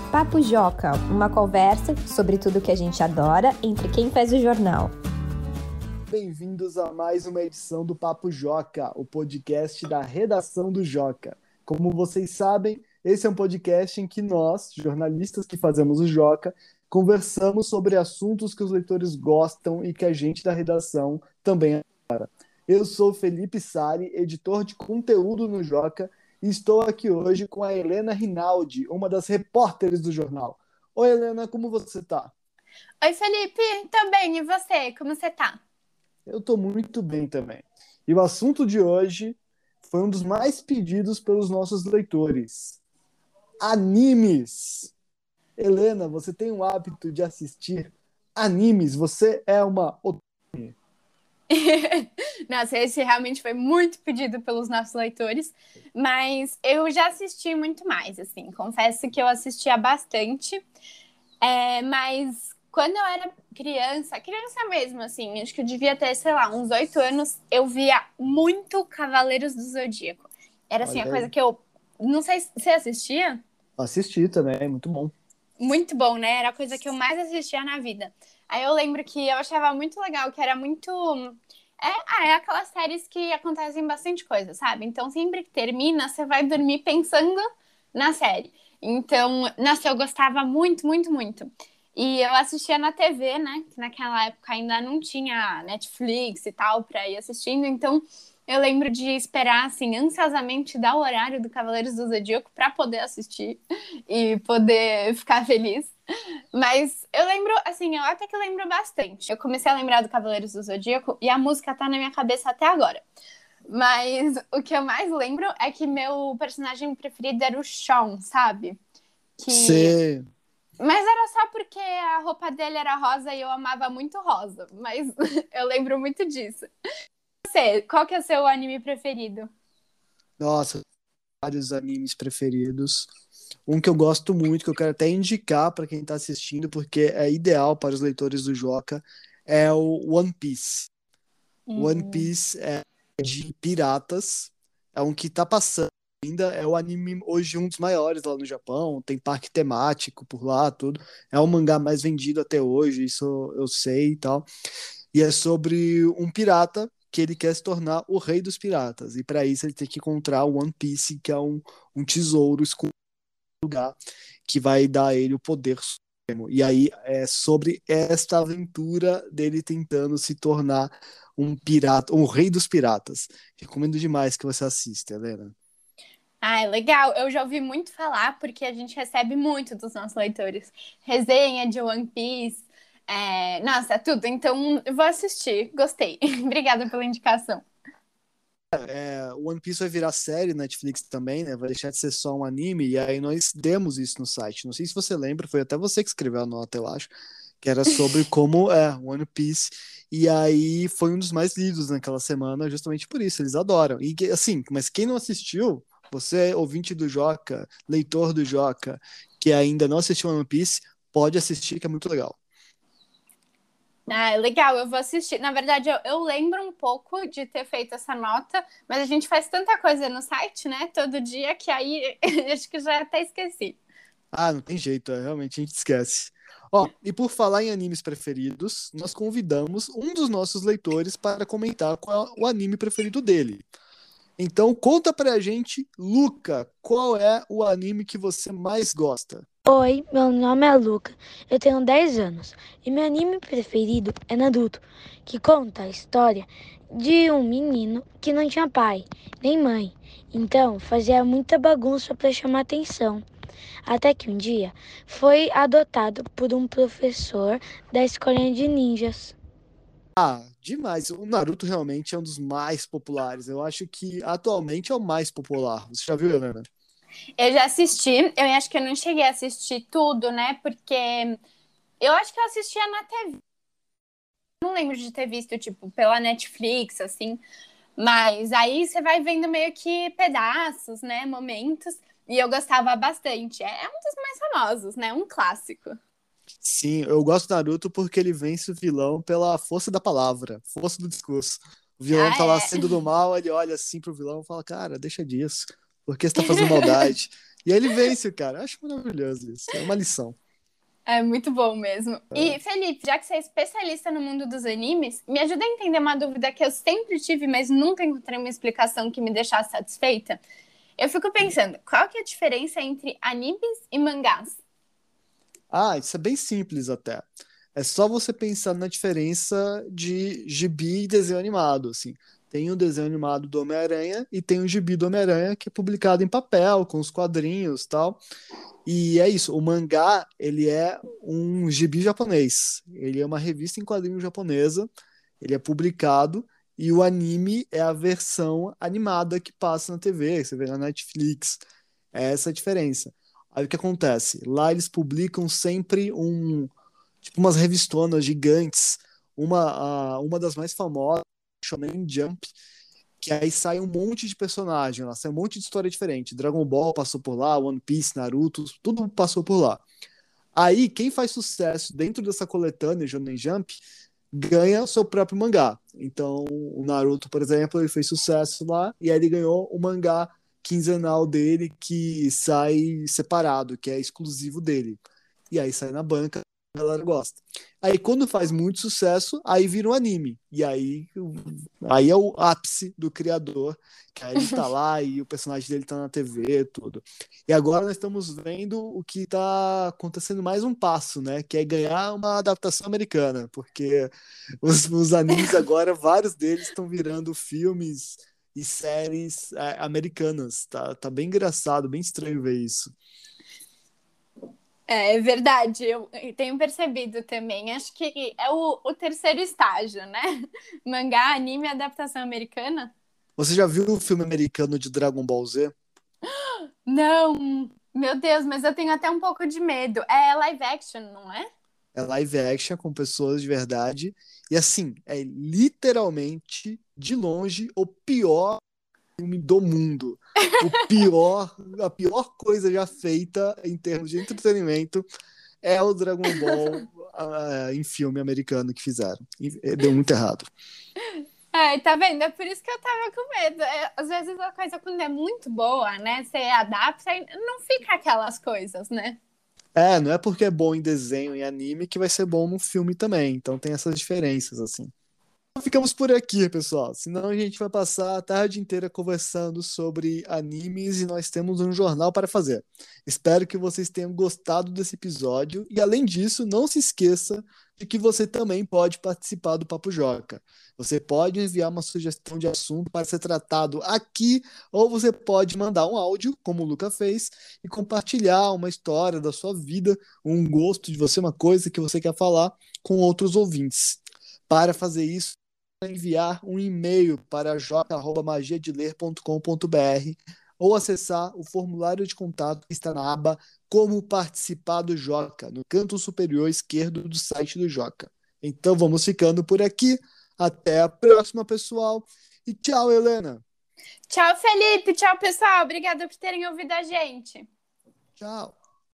Papo Joca, uma conversa sobre tudo que a gente adora entre quem faz o jornal. Bem-vindos a mais uma edição do Papo Joca, o podcast da redação do Joca. Como vocês sabem, esse é um podcast em que nós, jornalistas que fazemos o Joca, conversamos sobre assuntos que os leitores gostam e que a gente da redação também adora. Eu sou Felipe Sari, editor de conteúdo no Joca, e estou aqui hoje com a Helena Rinaldi, uma das repórteres do jornal. Oi, Helena, como você está? Oi, Felipe, tô bem, e você? Como você tá? Eu estou muito bem também. E o assunto de hoje foi um dos mais pedidos pelos nossos leitores. Animes! Helena, você tem o hábito de assistir animes? Você é uma otome? Nossa, esse realmente foi muito pedido pelos nossos leitores, mas eu já assisti muito mais, assim, confesso que eu assistia bastante, mas quando eu era criança mesmo, assim, acho que eu devia ter, sei lá, uns 8 anos, eu via muito Cavaleiros do Zodíaco. Era, assim, a Olha coisa aí. que eu, não sei, você assistia? Assisti também, muito bom. Muito bom, né? Era a coisa que eu mais assistia na vida. Aí eu lembro que eu achava muito legal, que era muito. É aquelas séries que acontecem bastante coisa, sabe? Então, sempre que termina, você vai dormir pensando na série. Então, nossa, eu gostava muito, muito, muito. E eu assistia na TV, né? Que naquela época ainda não tinha Netflix e tal pra ir assistindo. Então, eu lembro de esperar, assim, ansiosamente dar o horário do Cavaleiros do Zodíaco pra poder assistir e poder ficar feliz. Mas eu lembro, assim, eu até que lembro bastante. Eu comecei a lembrar do Cavaleiros do Zodíaco e a música tá na minha cabeça até agora. Mas o que eu mais lembro é que meu personagem preferido era o Shawn, sabe? Que... Você... Mas era só porque a roupa dele era rosa e eu amava muito rosa. Mas eu lembro muito disso. Você, qual que é o seu anime preferido? Nossa, vários animes preferidos. Um que eu gosto muito, que eu quero até indicar para quem está assistindo, porque é ideal para os leitores do Joca, é o One Piece. One Hum. Piece é de piratas, é um que tá passando ainda, é o anime hoje um dos maiores lá no Japão, tem parque temático por lá, tudo. É o mangá mais vendido até hoje, isso eu sei e tal. E é sobre um pirata que ele quer se tornar o rei dos piratas. E para isso ele tem que encontrar o One Piece, que é um tesouro escondido em um lugar que vai dar a ele o poder supremo. E aí é sobre esta aventura dele tentando se tornar um pirata, um rei dos piratas. Recomendo demais que você assista, Helena. Ah, é legal. Eu já ouvi muito falar, porque a gente recebe muito dos nossos leitores. Resenha de One Piece. Nossa, é tudo. Então, eu vou assistir. Gostei. Obrigada pela indicação. O One Piece vai virar série na Netflix também, né? Vai deixar de ser só um anime, e aí nós demos isso no site. Não sei se você lembra, foi até você que escreveu a nota, eu acho, que era sobre como é One Piece. E aí foi um dos mais lidos naquela semana, justamente por isso, eles adoram. E assim, mas quem não assistiu, você, ouvinte do Joca, leitor do Joca, que ainda não assistiu One Piece, pode assistir, que é muito legal. Ah, é legal, eu vou assistir. Na verdade, eu lembro um pouco de ter feito essa nota, mas a gente faz tanta coisa no site, né? Todo dia, que aí acho que já até esqueci. Ah, não tem jeito, realmente a gente esquece. Ó, e por falar em animes preferidos, nós convidamos um dos nossos leitores para comentar qual é o anime preferido dele. Então, conta pra gente, Luca, qual é o anime que você mais gosta? Oi, meu nome é Luca, eu tenho 10 anos e meu anime preferido é Naruto, que conta a história de um menino que não tinha pai nem mãe, então fazia muita bagunça para chamar atenção. Até que um dia foi adotado por um professor da escolinha de ninjas. Ah, demais. O Naruto realmente é um dos mais populares. Eu acho que atualmente é o mais popular. Você já viu, Helena? Eu já assisti, eu acho que eu não cheguei a assistir tudo, né? Porque eu acho que eu assistia na TV. Não lembro de ter visto, tipo, pela Netflix, assim. Mas aí você vai vendo meio que pedaços, né? Momentos. E eu gostava bastante. É um dos mais famosos, né? Um clássico. Sim, eu gosto do Naruto porque ele vence o vilão pela força da palavra, força do discurso. O vilão Ah, tá lá é. sendo do mal, ele olha assim pro vilão e fala, cara, deixa disso. Por que você tá fazendo maldade? E aí ele vence o cara. Eu acho maravilhoso isso. É uma lição. É muito bom mesmo. E, Felipe, já que você é especialista no mundo dos animes, me ajuda a entender uma dúvida que eu sempre tive, mas nunca encontrei uma explicação que me deixasse satisfeita. Eu fico pensando, qual que é a diferença entre animes e mangás? Ah, isso é bem simples até. É só você pensar na diferença de gibi e desenho animado, assim. Tem o desenho animado do Homem-Aranha e tem o gibi do Homem-Aranha que é publicado em papel, com os quadrinhos, e tal. E é isso, o mangá, ele é um gibi japonês. Ele é uma revista em quadrinhos japonesa, ele é publicado e o anime é a versão animada que passa na TV, você vê na Netflix. É essa a diferença. Aí o que acontece? Lá eles publicam sempre tipo umas revistonas gigantes. Uma das mais famosas, Shonen Jump, que aí sai um monte de personagem, lá sai um monte de história diferente. Dragon Ball passou por lá, One Piece, Naruto, tudo passou por lá. Aí quem faz sucesso dentro dessa coletânea Shonen Jump ganha o seu próprio mangá. Então, o Naruto, por exemplo, ele fez sucesso lá e aí ele ganhou o mangá quinzenal dele que sai separado, que é exclusivo dele. E aí sai na banca, a galera gosta. Aí quando faz muito sucesso, aí vira um anime. E aí é o ápice do criador, que aí ele tá lá e o personagem dele tá na TV, tudo. E agora nós estamos vendo o que tá acontecendo mais um passo, né? Que é ganhar uma adaptação americana, porque os animes agora, vários deles estão virando filmes e séries americanas. Tá bem engraçado, bem estranho ver isso. É verdade, eu tenho percebido também. Acho que é o terceiro estágio, né? Mangá, anime e adaptação americana. Você já viu o filme americano de Dragon Ball Z? Não, meu Deus, mas eu tenho até um pouco de medo. É live action, não é? É live action com pessoas de verdade. E assim, é literalmente, de longe, o pior filme do mundo. A pior coisa já feita em termos de entretenimento é o Dragon Ball em filme americano que fizeram. E deu muito errado. É, tá vendo? É por isso que eu tava com medo. Às vezes a coisa, quando é muito boa, né? Você adapta e não fica aquelas coisas, né? Não é porque é bom em desenho e anime que vai ser bom no filme também. Então tem essas diferenças, assim. Ficamos por aqui, pessoal. Senão a gente vai passar a tarde inteira conversando sobre animes e nós temos um jornal para fazer. Espero que vocês tenham gostado desse episódio e, além disso, não se esqueça de que você também pode participar do Papo Joca. Você pode enviar uma sugestão de assunto para ser tratado aqui, ou você pode mandar um áudio, como o Luca fez, e compartilhar uma história da sua vida, um gosto de você, uma coisa que você quer falar com outros ouvintes. Para fazer isso, enviar um e-mail para joca@magiadeler.com.br ou acessar o formulário de contato que está na aba Como Participar do Joca, no canto superior esquerdo do site do Joca. Então vamos ficando por aqui. Até a próxima, pessoal. E tchau, Helena. Tchau, Felipe. Tchau, pessoal. Obrigada por terem ouvido a gente. Tchau.